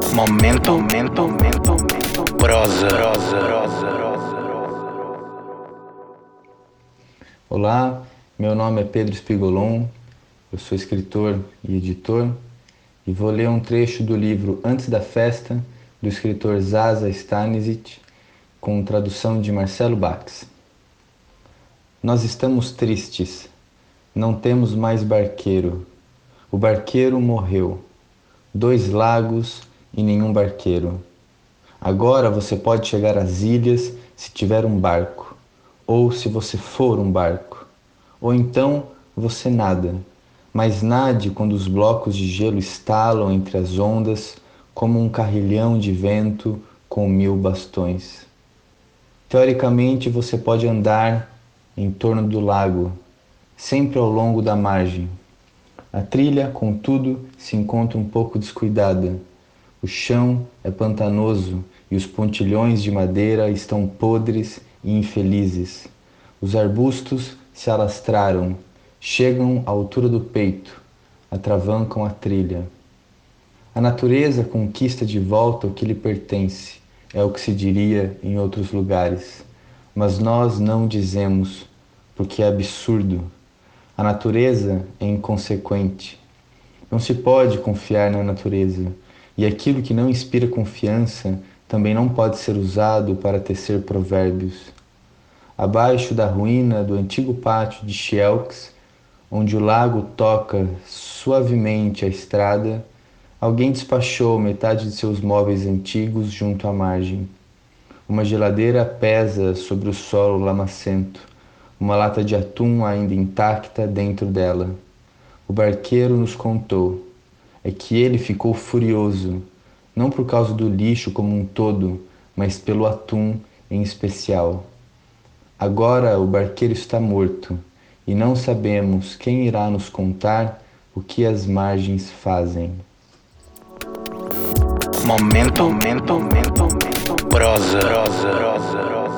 Momento, prosa. Olá, meu nome é Pedro Spigolon, eu sou escritor e editor e vou ler um trecho do livro Antes da Festa, do escritor Zaza Stanisic, com tradução de Marcelo Bax. Nós estamos tristes, não temos mais barqueiro. O barqueiro morreu. 2 lagos e nenhum barqueiro. Agora você pode chegar às ilhas se tiver um barco, ou se você for um barco. Ou então você nada, mas nade quando os blocos de gelo estalam entre as ondas como um carrilhão de vento com 1000 bastões. Teoricamente você pode andar em torno do lago, sempre ao longo da margem. A trilha, contudo, se encontra um pouco descuidada. O chão é pantanoso e os pontilhões de madeira estão podres e infelizes. Os arbustos se alastraram, chegam à altura do peito, atravancam a trilha. A natureza conquista de volta o que lhe pertence, é o que se diria em outros lugares. Mas nós não dizemos, porque é absurdo. A natureza é inconsequente. Não se pode confiar na natureza, e aquilo que não inspira confiança também não pode ser usado para tecer provérbios. Abaixo da ruína do antigo pátio de Chielx, onde o lago toca suavemente a estrada, alguém despachou metade de seus móveis antigos junto à margem. Uma geladeira pesa sobre o solo lamacento, uma lata de atum ainda intacta dentro dela. O barqueiro nos contou é que ele ficou furioso, não por causa do lixo como um todo, mas pelo atum em especial. Agora o barqueiro está morto e não sabemos quem irá nos contar o que as margens fazem. Momento, prosa.